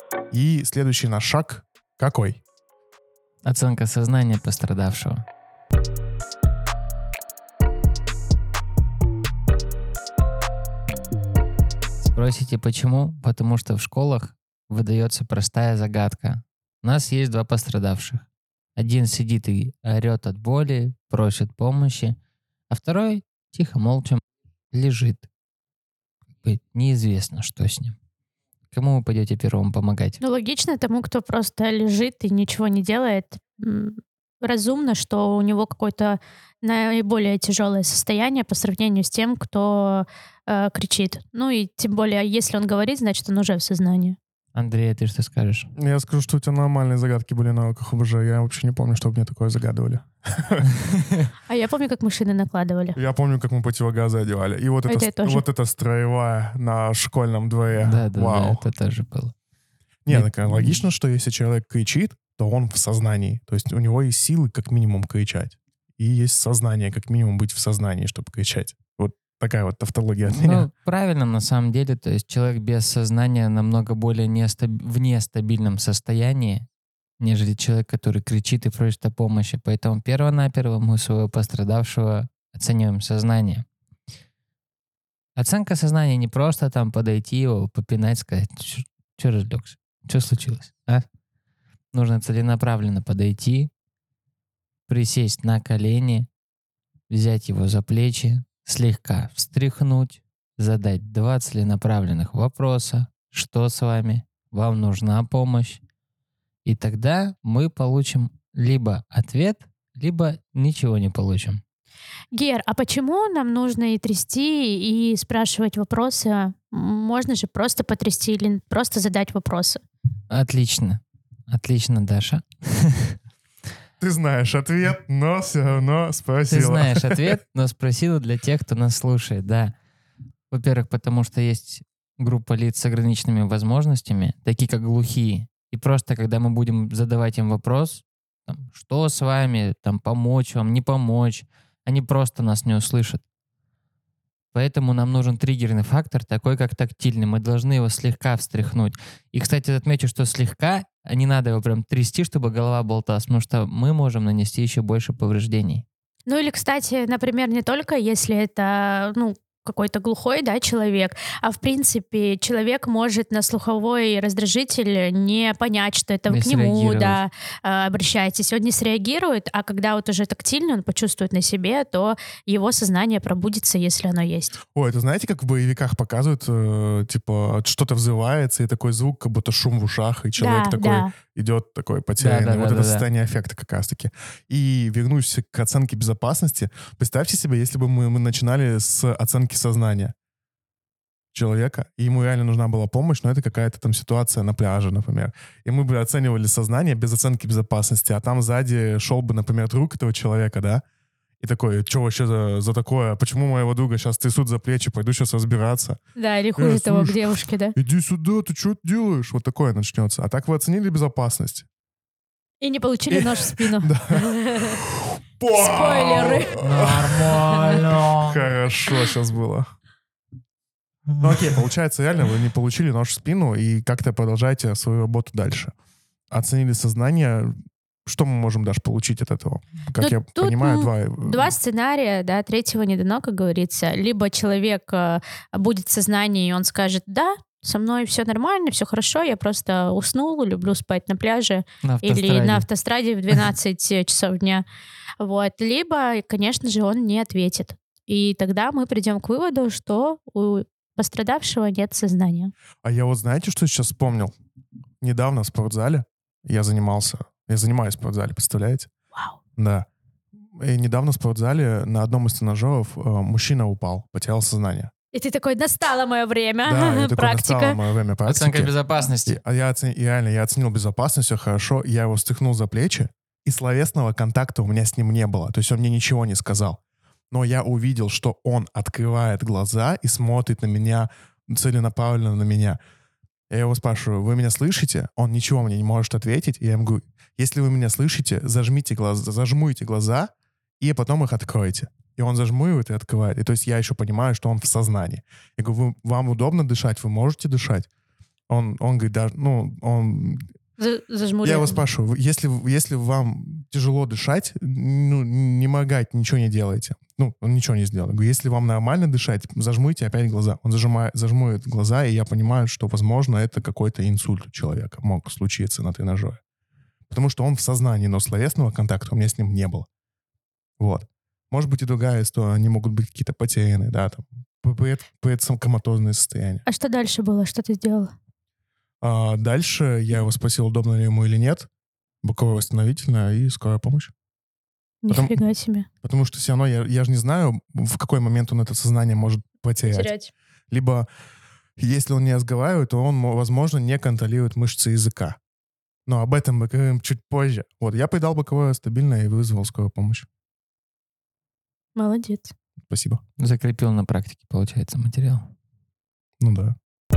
И следующий наш шаг какой? Оценка сознания пострадавшего. Спросите, почему? Потому что в школах выдается простая загадка. У нас есть два пострадавших. Один сидит и орет от боли, просит помощи, а второй тихо, молча лежит. Неизвестно, что с ним. Кому вы пойдете первому помогать? Ну, логично тому, кто просто лежит и ничего не делает. Разумно, что у него какое-то наиболее тяжелое состояние по сравнению с тем, кто кричит. Ну и тем более, если он говорит, значит, он уже в сознании. Андрей, ты что скажешь? Я скажу, что у тебя нормальные загадки были на уроках ОБЖ. Я вообще не помню, чтобы мне такое загадывали. А я помню, как машины накладывали. Я помню, как мы противогазы одевали. И вот это строевая на школьном дворе. Да, Вау. это тоже было. Не, так логично, что если человек кричит, то он в сознании. То есть у него есть силы как минимум кричать. И есть сознание как минимум быть в сознании, чтобы кричать. Вот такая вот тавтология от меня. Ну, правильно, на самом деле. То есть человек без сознания намного более в нестабильном состоянии, нежели человек, который кричит и просит о помощи. Поэтому перво-наперво мы своего пострадавшего оцениваем сознание. Оценка сознания не просто там подойти его, попинать, сказать, что разлегся, что случилось, а? Нужно целенаправленно подойти, присесть на колени, взять его за плечи, слегка встряхнуть, задать 2 целенаправленных вопроса. Что с вами? Вам нужна помощь? И тогда мы получим либо ответ, либо ничего не получим. Гер, а почему нам нужно и трясти, и спрашивать вопросы? Можно же просто потрясти или просто задать вопросы. Отлично. Отлично, Даша. Ты знаешь ответ, но все равно спросила. Ты знаешь ответ, но спросила для тех, кто нас слушает, да. Во-первых, потому что есть группа лиц с ограниченными возможностями, такие как глухие. И просто, когда мы будем задавать им вопрос, там, что с вами, там, помочь вам, не помочь, они просто нас не услышат. Поэтому нам нужен триггерный фактор, такой как тактильный. Мы должны его слегка встряхнуть. И, кстати, отмечу, что слегка, не надо его прям трясти, чтобы голова болталась, потому что мы можем нанести еще больше повреждений. Ну или, кстати, например, не только если это, какой-то глухой, да, человек, а в принципе человек может на слуховой раздражитель не понять, что это вы Не к нему, среагировать. да, обращаетесь. Он не среагирует, а когда вот уже тактильно он почувствует на себе, то его сознание пробудится, если оно есть. Ой, это знаете, как в боевиках показывают, типа, что-то взрывается, и такой звук, как будто шум в ушах, и человек Да, такой да. идет такой потерянный. Вот это Да. состояние аффекта как раз-таки. И вернусь к оценке безопасности. Представьте себе, если бы мы начинали с оценки сознания человека, и ему реально нужна была помощь, но это какая-то там ситуация на пляже, например. И мы бы оценивали сознание без оценки безопасности, а там сзади шел бы, например, друг этого человека, да, и такой, что вообще за такое? Почему моего друга сейчас трясут за плечи? Пойду сейчас разбираться. Да, или хуже того, к слушай, девушке, да. Иди сюда, ты что делаешь? Вот такое начнется. А так вы оценили безопасность? И не получили нож в спину. Да. Спойлеры. Нормально. Хорошо сейчас было. Ну окей, получается, реально вы не получили нож в спину и как-то продолжаете свою работу дальше. Оценили сознание. Что мы можем даже получить от этого? Как Ну, я тут, понимаю, Два сценария, да, третьего не дано, как говорится. Либо человек будет в сознании, и он скажет, да, со мной все нормально, все хорошо, я просто уснул, люблю спать на пляже или на автостраде в 12 часов дня. Вот. Либо, конечно же, он не ответит. И тогда мы придем к выводу, что у пострадавшего нет сознания. А я вот знаете, что сейчас вспомнил? Недавно в спортзале я занимаюсь в спортзале, представляете? Вау. Да. И недавно в спортзале на одном из тренажеров мужчина упал, потерял сознание. И ты такой, настало мое время, Да, я такой, практика. настало мое время практики. Оценка безопасности. Я оценил безопасность, все хорошо. Я его встряхнул за плечи, и словесного контакта у меня с ним не было. То есть он мне ничего не сказал. Но я увидел, что он открывает глаза и смотрит на меня, целенаправленно на меня. Я его спрашиваю, вы меня слышите? Он ничего мне не может ответить. Я ему говорю, если вы меня слышите, зажмуйте глаза, и потом их откройте. И он зажмуривает и открывает. И то есть я еще понимаю, что он в сознании. Я говорю, вам удобно дышать? Вы можете дышать? Он говорит, да, Зажмурил. Я его спрашиваю, если вам тяжело дышать, не моргайте, ничего не делайте. Он ничего не сделал. Говорю, если вам нормально дышать, зажмурите опять глаза. Он зажмурит глаза, и я понимаю, что, возможно, это какой-то инсульт у человека мог случиться на тренажере. Потому что он в сознании, но словесного контакта у меня с ним не было. Вот. Может быть, и другая история. Они могут быть какие-то потерянные, да, там, предкоматозное состояние. А что дальше было? Что ты сделал? Дальше я его спросил, удобно ли ему или нет. Боковое восстановительное и скорая помощь. Нифига себе. Потому что все равно я же не знаю, в какой момент он это сознание может потерять. Либо, если он не разговаривает, то он, возможно, не контролирует мышцы языка. Но об этом мы говорим чуть позже. Вот, я придал боковое стабильное и вызвал скорую помощь. Молодец. Спасибо. Закрепил на практике, получается, материал. Ну да.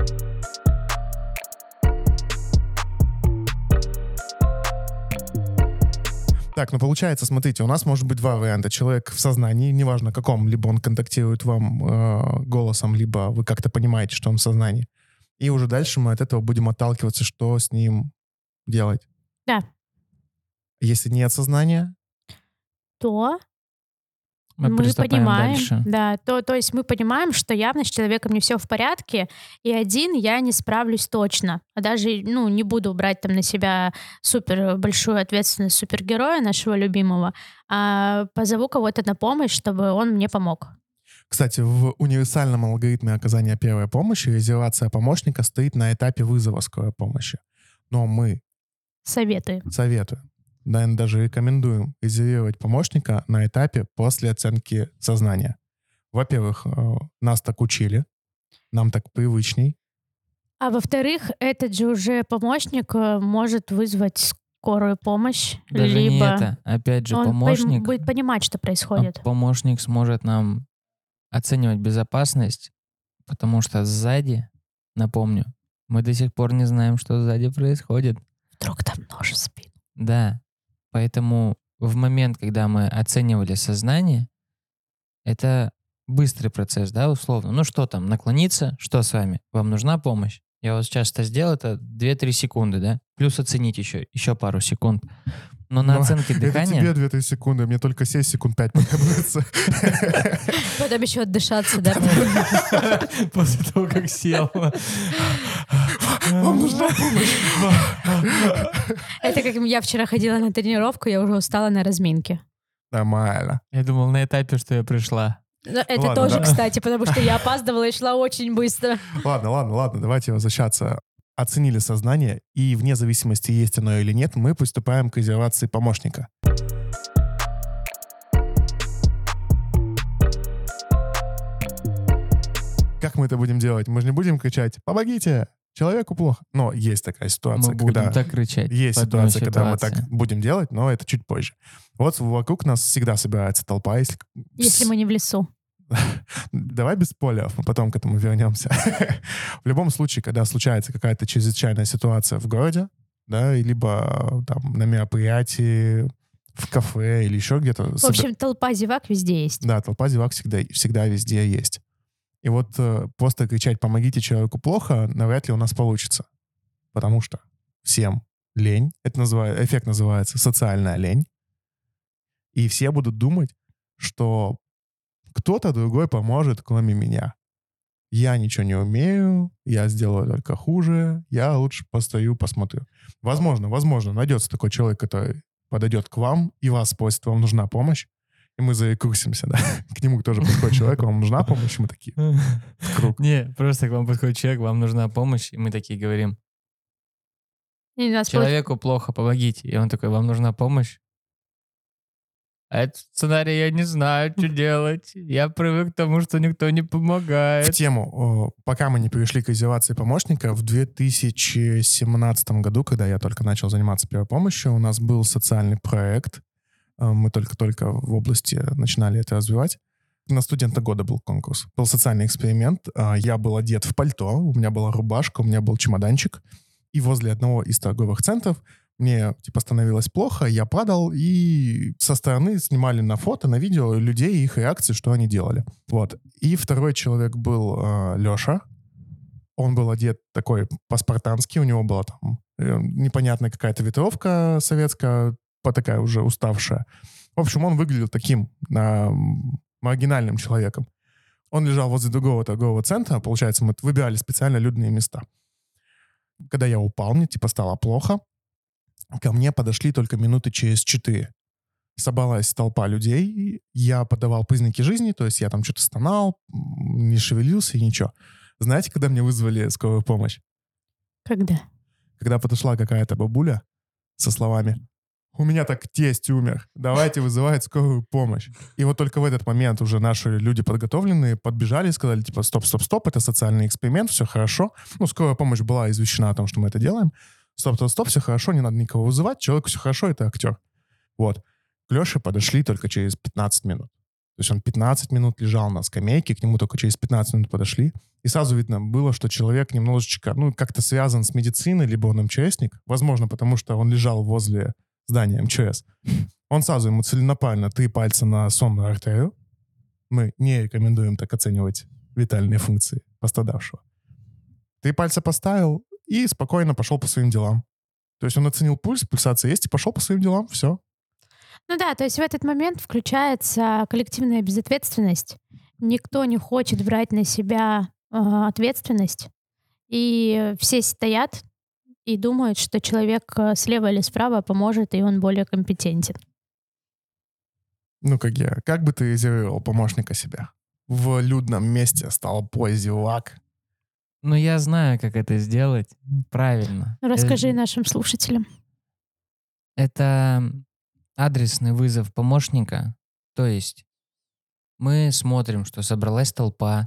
Так, получается, смотрите, у нас может быть два варианта. Человек в сознании, неважно каком, либо он контактирует вам голосом, либо вы как-то понимаете, что он в сознании. И уже дальше мы от этого будем отталкиваться, что с ним делать. Да. Если нет сознания, то мы понимаем, дальше. Да, то есть мы понимаем, что явно с человеком не все в порядке, и один я не справлюсь точно. А даже, не буду брать там на себя супер большую ответственность супергероя нашего любимого, а позову кого-то на помощь, чтобы он мне помог. Кстати, в универсальном алгоритме оказания первой помощи резервация помощника стоит на этапе вызова скорой помощи. Но мы советуем. Наверное, даже рекомендуем резервировать помощника на этапе после оценки сознания. Во-первых, нас так учили, нам так привычней. А во-вторых, этот же уже помощник может вызвать скорую помощь. Даже либо не это. Опять же, он помощник... будет понимать, что происходит. Помощник сможет нам оценивать безопасность, потому что сзади, напомню, мы до сих пор не знаем, что сзади происходит. Вдруг там нож в спину. Да. Поэтому в момент, когда мы оценивали сознание, это быстрый процесс, да, условно. Что там, наклониться, что с вами? Вам нужна помощь? Я вот сейчас это сделал, это 2-3 секунды, да? Плюс оценить еще пару секунд. Но на оценке дыхания... Это тебе 2-3 секунды, мне только 7 секунд 5 потребуется. Потом еще отдышаться, да? После того, как сел. Вам нужна помощь. Это как я вчера ходила на тренировку, я уже устала на разминке. Нормально. Я думал на этапе, что я пришла. Это Ладно, тоже, да. кстати, потому что я опаздывала и шла очень быстро. Ладно, давайте возвращаться. Оценили сознание, и вне зависимости, есть оно или нет, мы приступаем к резервации помощника. Как мы это будем делать? Мы же не будем кричать «Помогите! Человеку плохо!» Но есть такая ситуация, Мы будем когда... так кричать. Есть в одной ситуация, когда мы так ситуации. будем делать, но это чуть позже. Вот вокруг нас всегда собирается толпа. Если мы не в лесу. Давай без спойлеров, мы потом к этому вернемся. В любом случае, когда случается какая-то чрезвычайная ситуация в городе, да, либо там на мероприятии, в кафе или еще где-то. В общем, толпа зевак везде есть. Да, толпа зевак всегда везде есть. И вот просто кричать «помогите, человеку плохо» навряд ли у нас получится. Потому что всем лень. Эффект называется социальная лень. И все будут думать, что кто-то другой поможет, кроме меня. Я ничего не умею, я сделаю только хуже, я лучше постою, посмотрю. Возможно, найдется такой человек, который подойдет к вам и вас спросит, вам нужна помощь, и мы зарекурсимся, да. К нему тоже подходит человек, вам нужна помощь, и мы такие в круг. Не, просто к вам подходит человек, вам нужна помощь, и мы такие говорим, человеку плохо, помогите. И он такой, вам нужна помощь? А этот сценарий я не знаю, что делать. Я привык к тому, что никто не помогает. В тему, пока мы не перешли к резервации помощника, в 2017 году, когда я только начал заниматься первой помощью, у нас был социальный проект. Мы только-только в области начинали это развивать. На студента года был конкурс. Был социальный эксперимент. Я был одет в пальто, у меня была рубашка, у меня был чемоданчик. И возле одного из торговых центров мне становилось плохо, я падал, и со стороны снимали на фото, на видео людей и их реакции, что они делали. Вот. И второй человек был Леша. Он был одет такой по-спартански, у него была там непонятная какая-то ветровка советская, такая уже уставшая. В общем, он выглядел таким маргинальным человеком. Он лежал возле другого торгового центра, получается, мы выбирали специально людные места. Когда я упал, мне типа стало плохо, ко мне подошли только минуты через 4. Собралась толпа людей, я подавал признаки жизни, то есть я там что-то стонал, не шевелился и ничего. Знаете, когда мне вызвали скорую помощь? Когда? Когда подошла какая-то бабуля со словами: «У меня так тесть умер, давайте вызывать скорую помощь». И вот только в этот момент уже наши люди подготовленные подбежали и сказали, типа, стоп, это социальный эксперимент, все хорошо. Ну, скорая помощь была извещена о том, что мы это делаем. Стоп, все хорошо, не надо никого вызывать, человеку все хорошо, это актер. Вот. К Леше подошли только через 15 минут. То есть он 15 минут лежал на скамейке, к нему только через 15 минут подошли. И сразу видно было, что человек немножечко, как-то связан с медициной, либо он МЧСник. Возможно, потому что он лежал возле здания МЧС. Он сразу ему целенаправленно 3 пальца на сонную артерию. Мы не рекомендуем так оценивать витальные функции пострадавшего. 3 пальца поставил и спокойно пошел по своим делам. То есть он оценил пульс, пульсация есть, и пошел по своим делам, все. Ну да, то есть в этот момент включается коллективная безответственность. Никто не хочет брать на себя ответственность. И все стоят и думают, что человек слева или справа поможет, и он более компетентен. Ну, как бы ты изолировал помощника себя? В людном месте с толпой зевак. Ну, я знаю, как это сделать правильно. Расскажи нашим слушателям. Это адресный вызов помощника. То есть мы смотрим, что собралась толпа.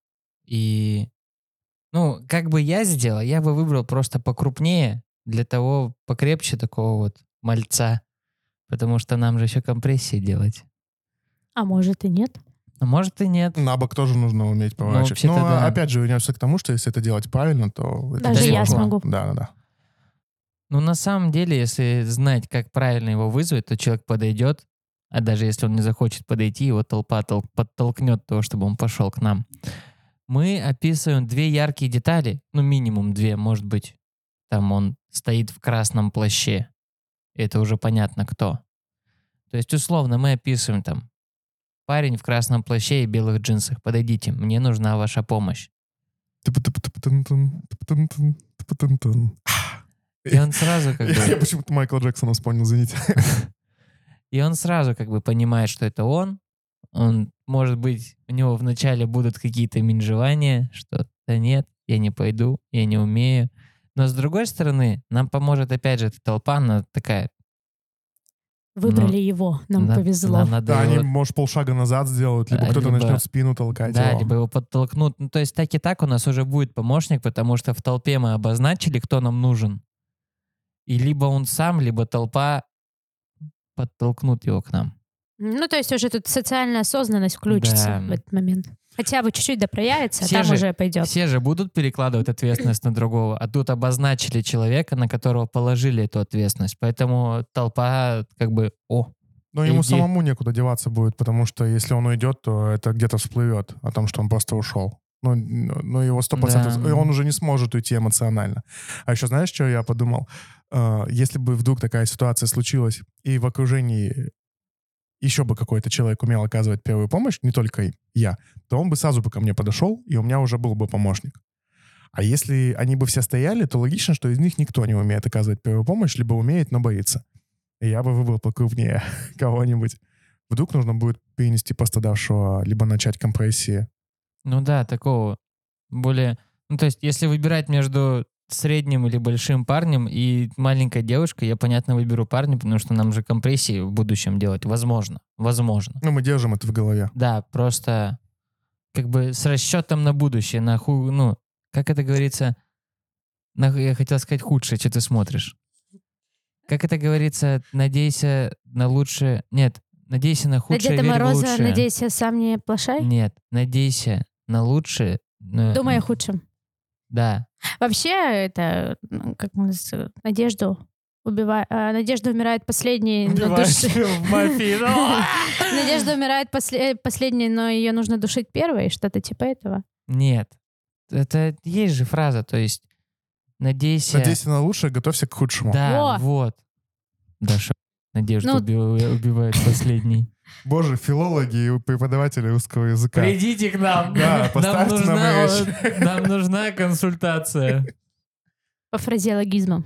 И, как бы я сделал, я бы выбрал просто покрупнее, для того покрепче такого вот мальца. Потому что нам же еще компрессии делать. А может и нет? А может и нет. На бок тоже нужно уметь поворачивать. Ну, да. Опять же, вернемся к тому, что если это делать правильно, то... Даже я смогу. Да. Ну, на самом деле, если знать, как правильно его вызвать, то человек подойдет, а даже если он не захочет подойти, его толпа подтолкнет того, чтобы он пошел к нам. Мы описываем 2 яркие детали, минимум 2, может быть. Там он стоит в красном плаще. Это уже понятно, кто. То есть, условно, мы описываем там: парень в красном плаще и белых джинсах. Подойдите, мне нужна ваша помощь. И он сразу Я почему-то Майкла Джексона вспомнил, извините. И он сразу понимает, что это он. Он, может быть, у него вначале будут какие-то менжевания, что да нет, я не пойду, я не умею. Но с другой стороны, нам поможет опять же эта толпа, она такая... Выбрали его, нам повезло. Да, они, может, полшага назад сделают, либо кто-то начнет спину толкать. Да, либо его подтолкнут. То есть так и так у нас уже будет помощник, потому что в толпе мы обозначили, кто нам нужен. И либо он сам, либо толпа подтолкнут его к нам. То есть уже тут социальная осознанность включится в этот момент. Хотя бы чуть-чуть проявится, а там уже пойдет. Все же будут перекладывать ответственность на другого, а тут обозначили человека, на которого положили эту ответственность. Поэтому толпа Но ему самому некуда деваться будет, потому что если он уйдет, то это где-то всплывет о том, что он просто ушел. Но его 100%... Да. Он уже не сможет уйти эмоционально. А еще знаешь, что я подумал? Если бы вдруг такая ситуация случилась, и в окружении еще бы какой-то человек умел оказывать первую помощь, не только я, то он бы сразу ко мне подошел, и у меня уже был бы помощник. А если они бы все стояли, то логично, что из них никто не умеет оказывать первую помощь, либо умеет, но боится. И я бы выбрал покрупнее кого-нибудь. Вдруг нужно будет перенести пострадавшего, либо начать компрессии. Ну да, такого более... то есть, если выбирать между средним или большим парнем и маленькой девушкой, я, понятно, выберу парня, потому что нам же компрессии в будущем делать возможно. Мы держим это в голове. Да, просто с расчетом на будущее, как это говорится, я хотел сказать худшее, что ты смотришь. Как это говорится, надейся на лучшее... Нет, надейся на худшее, Деда верь в Мороза, лучшее. надейся, сам не плашай? Нет, надейся на лучшее. Думай о худшем. Да. Вообще, это, надежда умирает последней, но Надежда умирает последней, но ее нужно душить первой, что-то типа этого. Нет. это есть же фраза, то есть надейся на лучшее, готовься к худшему. Да, О! вот. Даша, надежду убивает последний. Боже, филологи и преподаватели русского языка. Придите к нам. Да, поставьте нам речь. Нам нужна консультация. По фразеологизмам.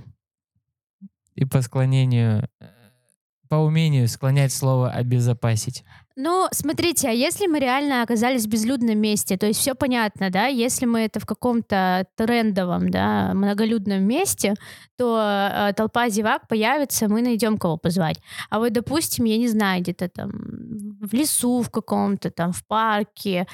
И по склонению, по умению склонять слово «обезопасить». Ну, смотрите, а если мы реально оказались в безлюдном месте, то есть все понятно, да, если мы это в каком-то трендовом, да, многолюдном месте, то толпа зевак появится, мы найдем кого позвать. А вот, допустим, я не знаю, где-то там в лесу в каком-то, там в парке.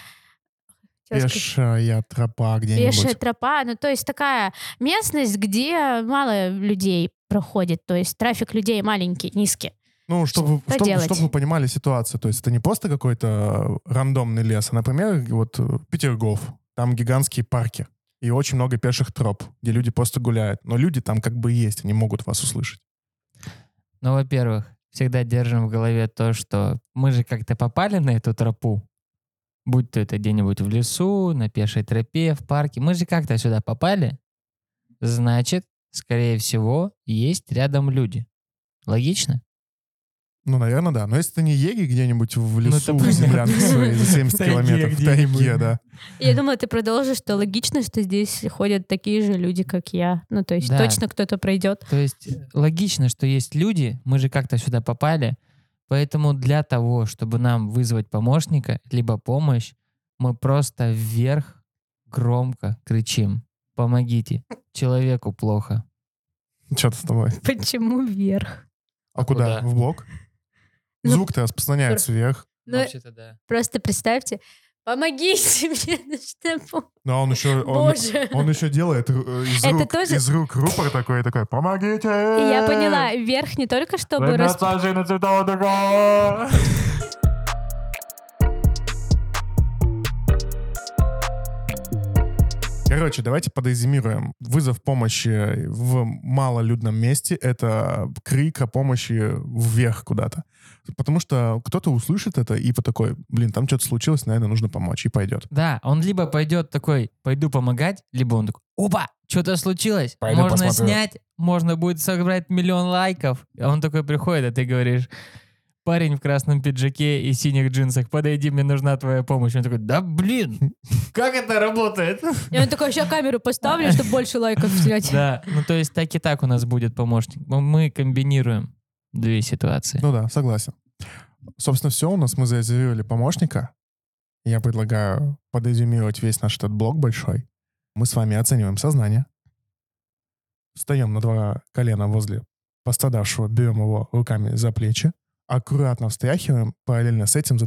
Пешая тропа где-нибудь. Пешая тропа, ну то есть такая местность, где мало людей проходит, то есть трафик людей маленький, низкий. Ну, чтобы вы понимали ситуацию. То есть это не просто какой-то рандомный лес, а, например, вот Петергоф. Там гигантские парки и очень много пеших троп, где люди просто гуляют. Но люди там как бы есть, они могут вас услышать. Ну, во-первых, всегда держим в голове то, что мы же как-то попали на эту тропу. Будь то это где-нибудь в лесу, на пешей тропе, в парке. Мы же как-то сюда попали. Значит, скорее всего, есть рядом люди. Логично? Ну, наверное, да. Но если ты не егерь где-нибудь в лесу, в землянке своей за 70 километров, в тайге, да. Я думала, ты продолжишь, что логично, что здесь ходят такие же люди, как я. Ну, то есть Да. точно кто-то пройдет. То есть логично, что есть люди, мы же как-то сюда попали, поэтому для того, чтобы нам вызвать помощника, либо помощь, мы просто вверх громко кричим: «Помогите, человеку плохо». Что-то с тобой. Почему вверх? А куда? Куда? В бок? Ну, Звук-то распространяется вверх. Ну, Вообще-то да. просто представьте, помогите мне, ну что... Но он еще, Боже. он еще делает из Это рук, тоже- из рук рупор такой, «Помогите!» И я поняла, вверх не только чтобы... Короче, давайте подразумируем. Вызов помощи в малолюдном месте — это крик о помощи вверх куда-то. Потому что кто-то услышит это и такой: блин, там что-то случилось, наверное, нужно помочь, и пойдет. Да, он либо пойдет такой: пойду помогать, либо он такой: опа, что-то случилось, Пойду можно посмотрю. снять, можно будет собрать 1 000 000 лайков. А он такой приходит, а ты говоришь: парень в красном пиджаке и синих джинсах, подойди, мне нужна твоя помощь. Он такой: да блин, как это работает? И он такой: сейчас камеру поставлю, чтобы больше лайков снять. Да, ну то есть так и так у нас будет помощник. Мы комбинируем две ситуации. Ну да, согласен. Собственно, все, у нас мы зарезервировали помощника. Я предлагаю подразумировать весь наш этот блок большой. Мы с вами оцениваем сознание. Встаем на 2 колена возле пострадавшего, берем его руками за плечи, аккуратно встряхиваем, параллельно с этим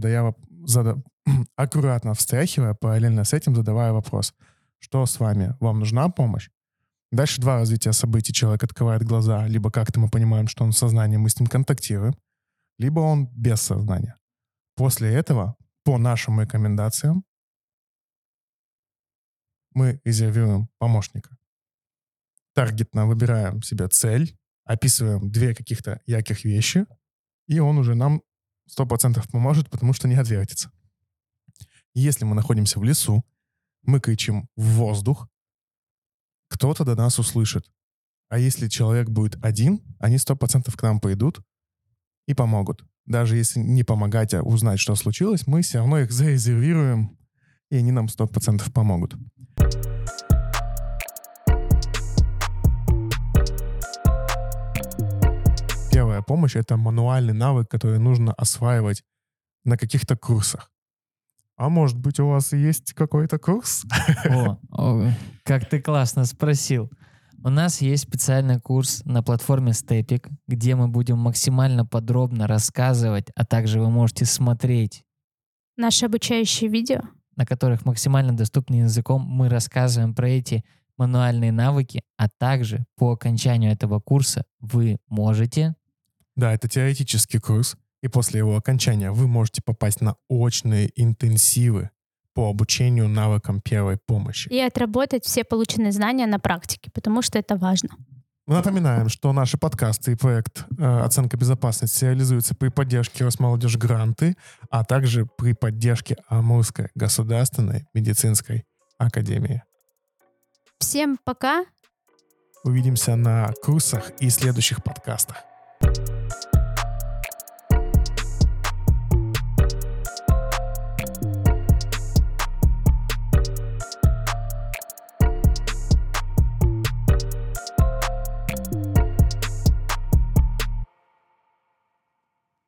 задавая вопрос: что с вами? Вам нужна помощь? Дальше 2 развития событий. Человек открывает глаза, либо как-то мы понимаем, что он в сознании, мы с ним контактируем, либо он без сознания. После этого, по нашим рекомендациям, мы резервируем помощника. Таргетно выбираем себе цель, описываем 2 каких-то ярких вещи, и он уже нам 100% поможет, потому что не отвертится. Если мы находимся в лесу, мы кричим в воздух, кто-то до нас услышит. А если человек будет один, они 100% к нам пойдут и помогут. Даже если не помогать, а узнать, что случилось, мы все равно их зарезервируем, и они нам 100% помогут. Первая помощь — это мануальный навык, который нужно осваивать на каких-то курсах. А может быть, у вас есть какой-то курс? О, как ты классно спросил. У нас есть специальный курс на платформе Stepik, где мы будем максимально подробно рассказывать, а также вы можете смотреть, Наше обучающее видео. на которых максимально доступным языком мы рассказываем про эти мануальные навыки, а также по окончанию этого курса вы можете... Да, это теоретический курс, и после его окончания вы можете попасть на очные интенсивы по обучению навыкам первой помощи. И отработать все полученные знания на практике, потому что это важно. Напоминаем, что наши подкасты и проект «Оценка безопасности» реализуются при поддержке Росмолодежь Гранты, а также при поддержке Амурской государственной медицинской академии. Всем пока. Увидимся на курсах и следующих подкастах.